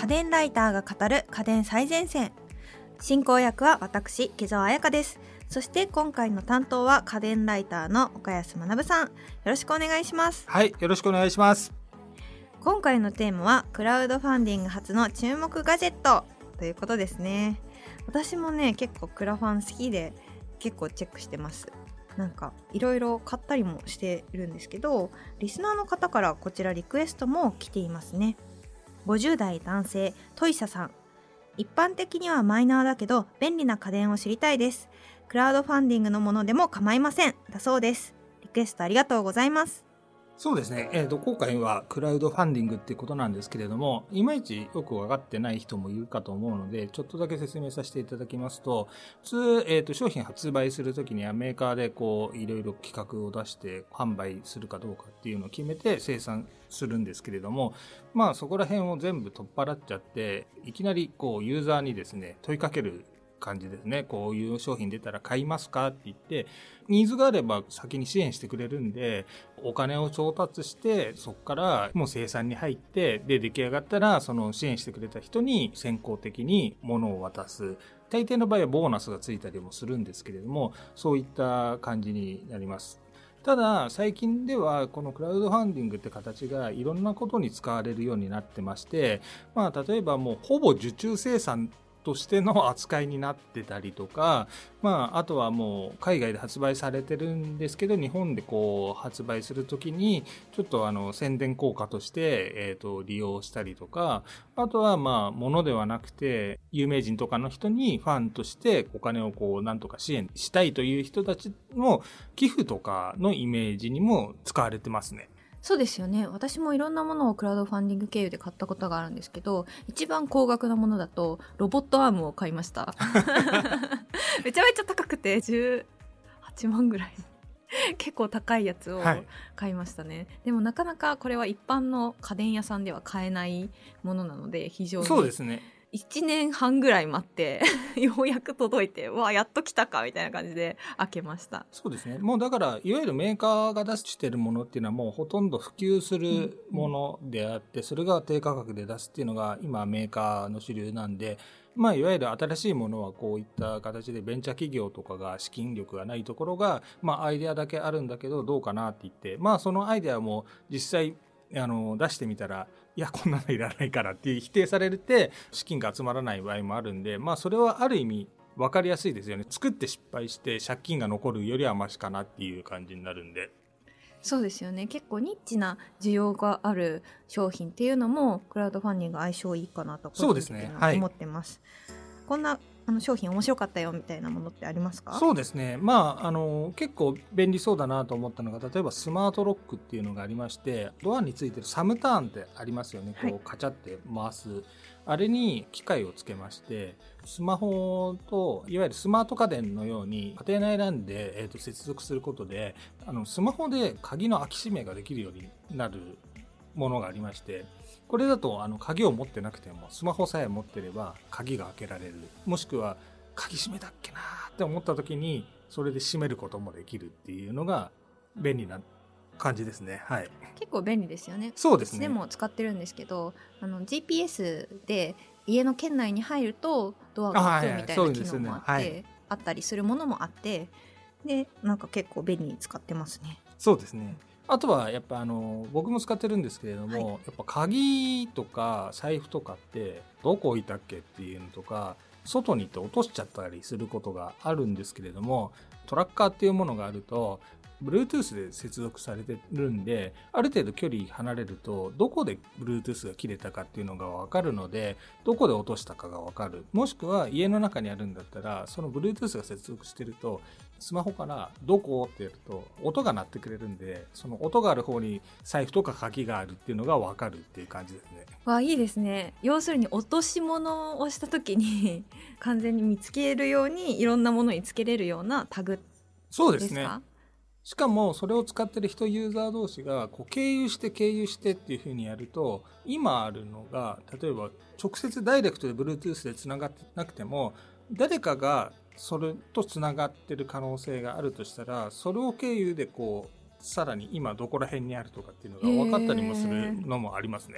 家電ライターが語る家電最前線。進行役は私、木澤彩香です。そして今回の担当は家電ライターの岡安学さん。よろしくお願いします。 はい、よろしくお願いします。 今回のテーマはクラウドファンディング初の注目ガジェットということですね。私もね、結構クラファン好きで結構チェックしてます。なんかいろいろ買ったりもしているんですけど、リスナーの方からこちらリクエストも来ていますね。50代男性トイサさん。一般的にはマイナーだけど便利な家電を知りたいです。クラウドファンディングのものでも構いませんだそうです。リクエストありがとうございます。 そうですね、今回はクラウドファンディングっていうことなんですけれども、いまいちよく分かってない人もいるかと思うので、ちょっとだけ説明させていただきますと、普通、商品発売するときにはメーカーでこういろいろ企画を出して販売するかどうかっていうのを決めて生産するんですけれども、まあそこら辺を全部取っ払っちゃって、いきなりこうユーザーにですね問いかける感じですね。こういう商品出たら買いますかって言って、ニーズがあれば先に支援してくれるんで、お金を調達して、そこからもう生産に入って、で出来上がったらその支援してくれた人に先行的に物を渡す。大抵の場合はボーナスがついたりもするんですけれども、そういった感じになります。ただ最近ではこのクラウドファンディングって形がいろんなことに使われるようになってまして、まあ例えばもうほぼ受注生産としての扱いになってたりとか、あとはもう海外で発売されてるんですけど、日本でこう発売するときにちょっと宣伝効果として、利用したりとか、あとは物ではなくて有名人とかの人にファンとしてお金をこうなんとか支援したいという人たちの寄付とかのイメージにも使われてますね。 そうですよね。私もいろんなものをクラウドファンディング経由で買ったことがあるんですけど、一番高額なものだとロボットアームを買いましためちゃめちゃ高くて18万ぐらい結構高いやつを買いましたね、でもなかなかこれは一般の家電屋さんでは買えないものなので、非常にそうですね、 1年半ぐらい待ってようやく届いて、わあやっと来たかみたいな感じで開けました。 そうですね。もうだからいわゆるメーカーが出してるものっていうのはもうほとんど普及するものであって、それが低価格で出すっていうのが今メーカーの主流なんで、いわゆる新しいものはこういった形でベンチャー企業とかが資金力がないところが、アイデアだけあるんだけどどうかなって言って、そのアイデアも実際出してみたら、いやこんなのいらないからって否定されて資金が集まらない場合もあるんで、それはある意味分かりやすいですよね。作って失敗して借金が残るよりはマシかなっていう感じになるんで。 そうですよね。結構ニッチな需要がある商品っていうのもクラウドファンディング相性いいかなと個人的には思ってます。こんな商品面白かったよみたいなものってありますか？ そうですね、結構便利そうだなと思ったのが、例えばスマートロックっていうのがありまして、ドアについてるサムターンってありますよね、こうカチャって回す、あれに機械をつけまして、スマホといわゆるスマート家電のように家庭内LANで、接続することで、スマホで鍵の開き閉めができるようになるものがありまして、これだと鍵を持ってなくてもスマホさえ持ってれば鍵が開けられる、もしくは鍵閉めだっけなって思った時にそれで閉めることもできるっていうのが便利な感じですね。はい、 結構便利ですよね。 そうですね。 でも使ってるんですけど、GPS で家の圏内に入るとドアが開くみたいな機能もあって、あったりするものもあって、でなんか結構便利に使ってますね。 そうですね。あとはやっぱ僕も使ってるんですけれども、やっぱ鍵とか財布とかってどこ置いたっけっていうのとか、外に行って落としちゃったりすることがあるんですけれども、トラッカーっていうものがあると Bluetooth で接続されてるんで、ある程度距離離れるとどこで Bluetooth が切れたかっていうのが分かるので、どこで落としたかが分かる。もしくは家の中にあるんだったら、その Bluetooth が接続してるとスマホからどこってやると音が鳴ってくれるんで、その音がある方に財布とか鍵があるっていうのが分かるっていう感じですね。 わあ、いいですね。要するに落とし物をした時に完全に見つけるようにいろんなものにつけれるようなタグですか？ そうですね。しかもそれを使ってる人ユーザー同士がこう経由してっていう風にやると、今あるのが例えば直接ダイレクトで Bluetooth でつながってなくても、誰かがそれとつながってる可能性があるとしたら、それを経由でこうさらに今どこら辺にあるとかっていうのが分かったりもするのもありますね。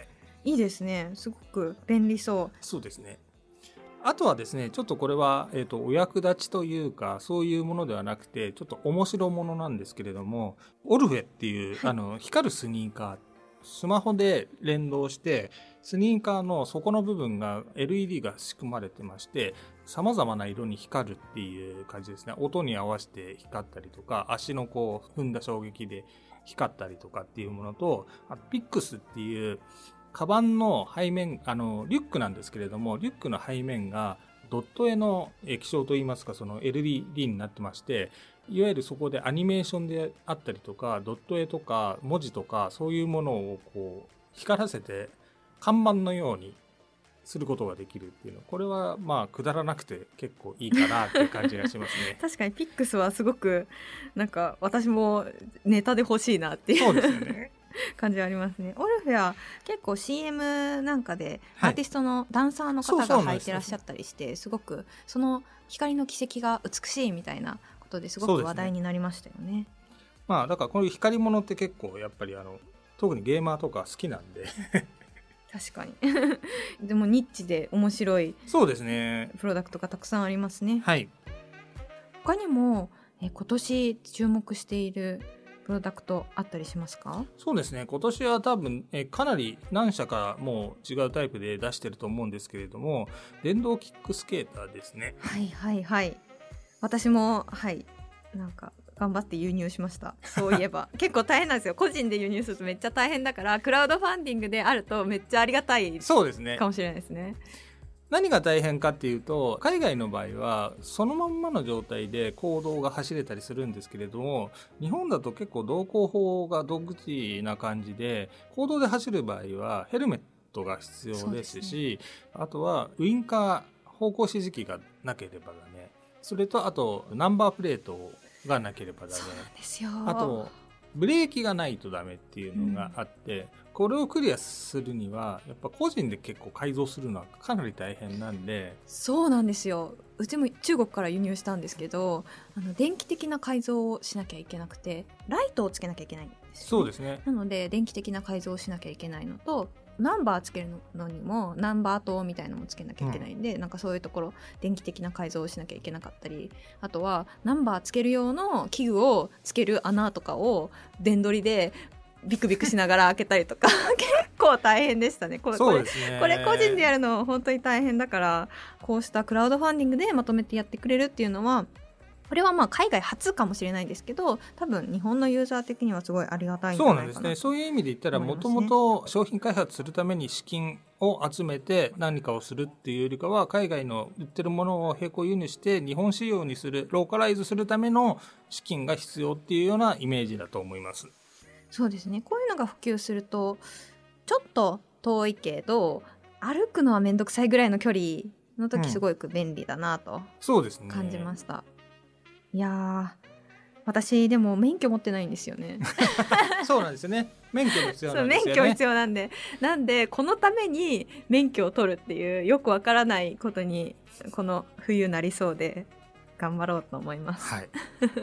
いいですね。すごく便利そう。 そうですね。あとはですね、ちょっとこれは、お役立ちというか、そういうものではなくて、ちょっと面白ものなんですけれども、オルフェっていう、 はい、 光るスニーカー、スマホで連動して、スニーカーの底の部分が LED が仕組まれてまして、様々な色に光るっていう感じですね。音に合わせて光ったりとか、足のこう、踏んだ衝撃で光ったりとかっていうものと、ピックスっていう、カバンの背面、リュックなんですけれども、リュックの背面がドット絵の液晶といいますか、その LED になってまして、いわゆるそこでアニメーションであったりとか、ドット絵とか文字とか、そういうものをこう光らせて看板のようにすることができるっていうの、これはまあくだらなくて結構いいかなっていう感じがしますね。 確かにピックスはすごくなんか私もネタで欲しいなっていうそうですよね。 感じはありますね。オルフェは結構 CM なんかでアーティストのダンサーの方が履いてらっしゃったりして、すごくその光の軌跡が美しいみたいなことですごく話題になりましたよね。 まあだからこういう光り物って結構やっぱり特にゲーマーとか好きなんで確かにでもニッチで面白いそうですね、 プロダクトがたくさんありますね。 はい。 他にも今年注目しているプロダクトあったりしますか？ そうですね、今年は多分かなり何社かもう違うタイプで出してると思うんですけれども、電動キックスケーターですね。 はいはいはい、私もはいなんか頑張って輸入しました。そういえば結構大変なんですよ。個人で輸入するとめっちゃ大変だから、クラウドファンディングであるとめっちゃありがたいそうですね、 かもしれないですね。 何が大変かっていうと、海外の場合はそのまんまの状態で公道が走れたりするんですけれども、日本だと結構道交法が独自な感じで、公道で走る場合はヘルメットが必要ですし、あとはウインカー方向指示器がなければダメ、それとあとナンバープレートがなければダメ、 そうなんですよ。 あとブレーキがないとダメっていうのがあって、これをクリアするにはやっぱ個人で結構改造するのはかなり大変なんで。 そうなんですよ。うちも中国から輸入したんですけど、電気的な改造をしなきゃいけなくて、ライトをつけなきゃいけないんですよね。 そうですね。 なので電気的な改造をしなきゃいけないのと、ナンバーつけるのにもナンバー灯みたいなのもつけなきゃいけないんで、なんかそういうところ電気的な改造をしなきゃいけなかったり、あとはナンバーつける用の器具をつける穴とかを電取りでビクビクしながら開けたりとか結構大変でしたね。 そうですね。 これ個人でやるの本当に大変だから、こうしたクラウドファンディングでまとめてやってくれるっていうのは、これはまあ海外初かもしれないんですけど、多分日本のユーザー的にはすごいありがたいんじゃないかな。 そうなんですね。そういう意味で言ったら、もともと商品開発するために資金を集めて何かをするっていうよりかは、海外の売ってるものを並行輸入して日本仕様にする、ローカライズするための資金が必要っていうようなイメージだと思います。 そうですね。こういうのが普及すると、ちょっと遠いけど歩くのはめんどくさいぐらいの距離の時、すごく便利だなと感じました。いや私でも免許持ってないんですよね。 そうなんですよね。免許必要なんですよね。 免許必要なんでこのために免許を取るっていうよくわからないことにこの冬なりそうで、頑張ろうと思います。はい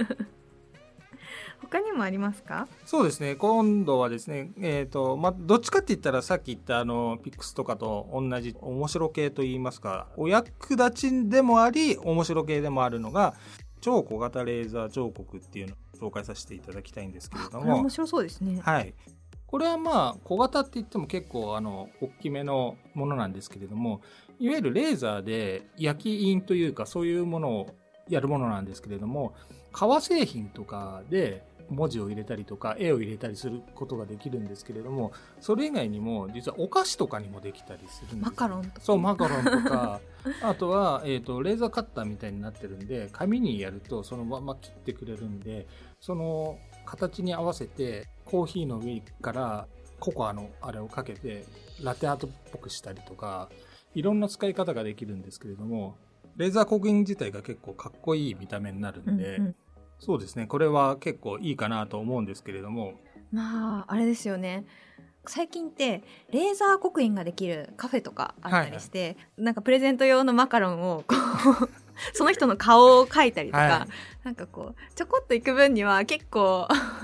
他にもありますか？ そうですね、今度はですね、どっちかって言ったらさっき言ったピックスとかと同じ面白系といいますか、お役立ちでもあり面白系でもあるのが超小型レーザー彫刻っていうのを紹介させていただきたいんですけれども。 これ面白そうですね。 はい、これはまあ小型って言っても結構大きめのものなんですけれども、いわゆるレーザーで焼き印というかそういうものをやるものなんですけれども、革製品とかで文字を入れたりとか絵を入れたりすることができるんですけれども、それ以外にも実はお菓子とかにもできたりするんです。 マカロンとか。 そう、マカロンとかあとは、レーザーカッターみたいになってるんで、紙にやるとそのまま切ってくれるんで、その形に合わせてコーヒーの上からココアのあれをかけてラテアートっぽくしたりとか、いろんな使い方ができるんですけれども、レーザー刻印自体が結構かっこいい見た目になるんで、そうですね、これは結構いいかなと思うんですけれども。 まああれですよね、最近ってレーザー刻印ができるカフェとかあったりして、なんかプレゼント用のマカロンをこうその人の顔を描いたりとか、なんかこうちょこっと行く分には結構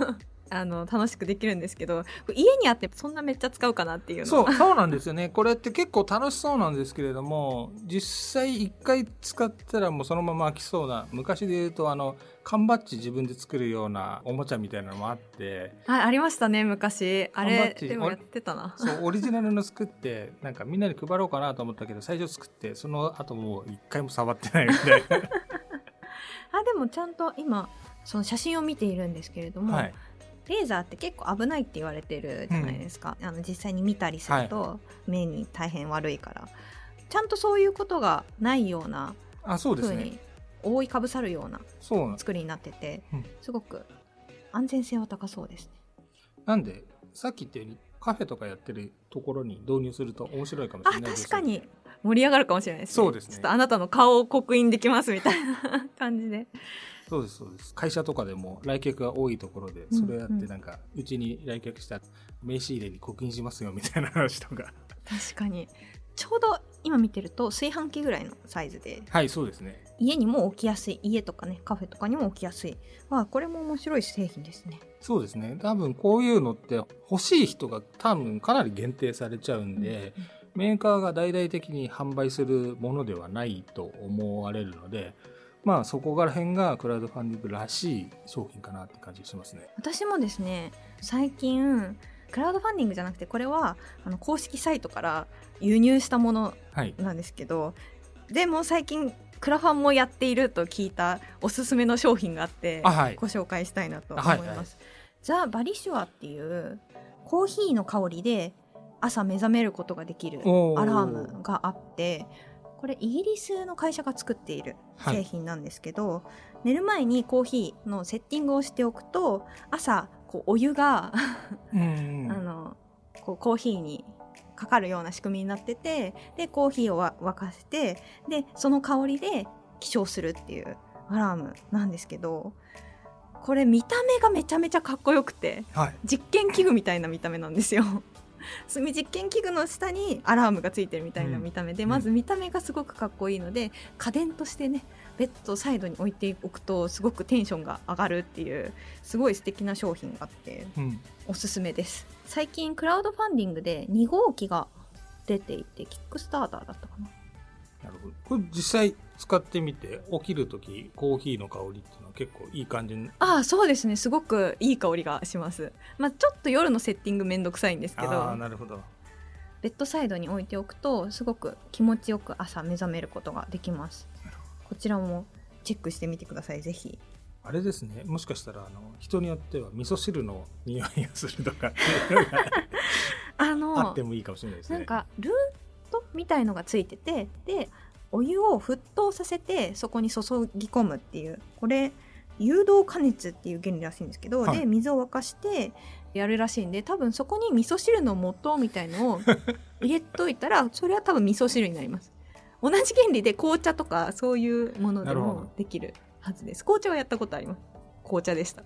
楽しくできるんですけど、家にあってそんなめっちゃ使うかなっていうのそうなんですよね。これって結構楽しそうなんですけれども、実際一回使ったらもうそのまま飽きそうな、昔で言うと缶バッジ自分で作るようなおもちゃみたいなのもあって、 ありましたね昔。あれでもやってたな。 そうオリジナルの作ってなんかみんなに配ろうかなと思ったけど、最初作ってその後もう一回も触ってないみたいなでもちゃんと今その写真を見ているんですけれども、 はい、 レーザーって結構危ないって言われてるじゃないですか、実際に見たりすると目に大変悪いから、ちゃんとそういうことがないようなそうですね、 風に覆いかぶさるような作りになってて、すごく安全性は高そうですね。 なんでさっき言ったようにカフェとかやってるところに導入すると面白いかもしれないです、ね、 確かに盛り上がるかもしれないですね。 そうですね。 ちょっとあなたの顔を刻印できますみたいな感じで。 そうですそうです。会社とかでも来客が多いところでそれやってなんかうちに来客した名刺入れに刻印しますよみたいな話とか。 確かにちょうど今見てると炊飯器ぐらいのサイズで、 はい、そうですね。 家にも置きやすい、家とかねカフェとかにも置きやすい、これも面白い製品ですね。 そうですね。多分こういうのって欲しい人が多分かなり限定されちゃうんで、メーカーが大々的に販売するものではないと思われるので、そこから辺がクラウドファンディングらしい商品かなって感じがしますね。 私もですね、最近クラウドファンディングじゃなくて、これは公式サイトから輸入したものなんですけど、でも最近クラファンもやっていると聞いたおすすめの商品があって、ご紹介したいなと思います。ザ・バリシュアっていうコーヒーの香りで朝目覚めることができるアラームがあって、これイギリスの会社が作っている製品なんですけど、寝る前にコーヒーのセッティングをしておくと、朝お湯がコーヒーにかかるような仕組みになってて、でコーヒーを沸かせて、でその香りで起床するっていうアラームなんですけど、これ見た目がめちゃめちゃかっこよくて、実験器具みたいな見た目なんですよ。実験器具の下にアラームがついてるみたいな見た目で、まず見た目がすごくかっこいいので、家電としてねベッドサイドに置いておくとすごくテンションが上がるっていうすごい素敵な商品があって、おすすめです。最近クラウドファンディングで2号機が出ていて、キックスターターだったかな。 なるほど。これ実際使ってみて、起きるときコーヒーの香りっていうのは結構いい感じに。 そうですね、すごくいい香りがします。ちょっと夜のセッティングめんどくさいんですけど、 なるほど。 ベッドサイドに置いておくとすごく気持ちよく朝目覚めることができます。こちらもチェックしてみてください、ぜひ。 あれですね、もしかしたら人によっては味噌汁の匂いがするとかっていうのがあってもいいかもしれないですね。 なんかルートみたいのがついてて、でお湯を沸騰させてそこに注ぎ込むっていう、これ誘導加熱っていう原理らしいんですけど、で水を沸かしてやるらしいんで、多分そこに味噌汁の素みたいのを入れといたらそれは多分味噌汁になります。同じ原理で紅茶とかそういうものでもできるはずです。紅茶はやったことあります。紅茶でした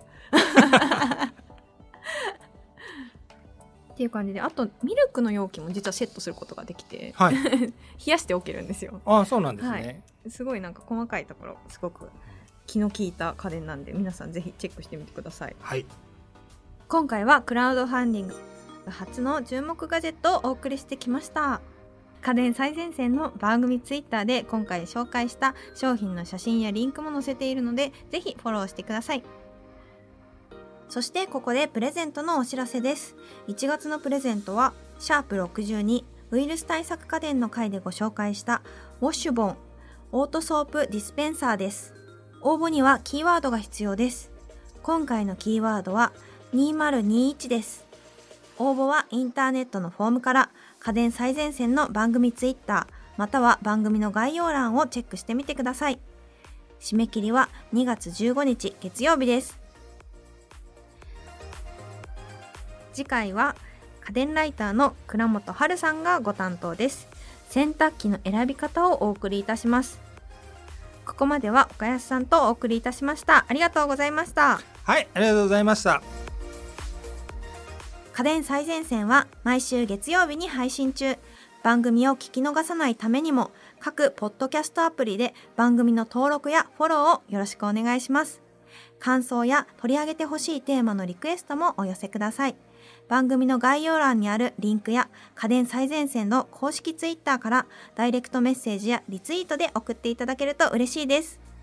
っていう感じで、あとミルクの容器も実はセットすることができて、冷やしておけるんですよ。 そうなんですね。 すごいなんか細かいところすごく気の利いた家電なんで、皆さんぜひチェックしてみてください。今回はクラウドファンディング初の注目ガジェットをお送りしてきました。家電最前線の番組ツイッターで今回紹介した商品の写真やリンクも載せているので、ぜひフォローしてください。そしてここでプレゼントのお知らせです。1月のプレゼントはシャープ62ウイルス対策家電の回でご紹介したウォッシュボンオートソープディスペンサーです。応募にはキーワードが必要です。今回のキーワードは2021です。応募はインターネットのフォームから家電最前線の番組ツイッターまたは番組の概要欄をチェックしてみてください。締め切りは2月15日月曜日です。次回は家電ライターの倉本春さんがご担当です。洗濯機の選び方をお送りいたします。ここまでは岡安さんとお送りいたしました。ありがとうございました。 はい、ありがとうございました。 家電最前線は毎週月曜日に配信中。番組を聞き逃さないためにも各ポッドキャストアプリで番組の登録やフォローをよろしくお願いします。 感想や取り上げてほしいテーマのリクエストもお寄せください。番組の概要欄にあるリンクや家電最前線の公式ツイッターからダイレクトメッセージやリツイートで送っていただけると嬉しいです。